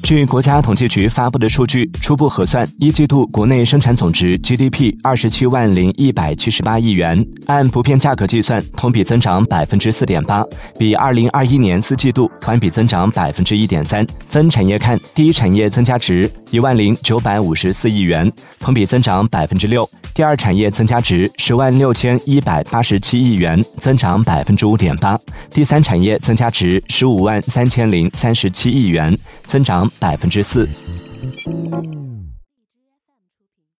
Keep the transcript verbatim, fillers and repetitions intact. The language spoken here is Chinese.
据国家统计局发布的数据，初步核算，一季度国内生产总值 G D P 二十七万零一百七十八亿元，按普遍价格计算，同比增长百分之四点八，比二零二一年四季度环比增长百分之一点三。分产业看，第一产业增加值一万零九百五十四亿元，同比增长百分之六；第二产业增加值十万六千一百八十七亿元，增长百分之五点八；第三产业增加值十五万三千零三十七亿元，增长百分之四。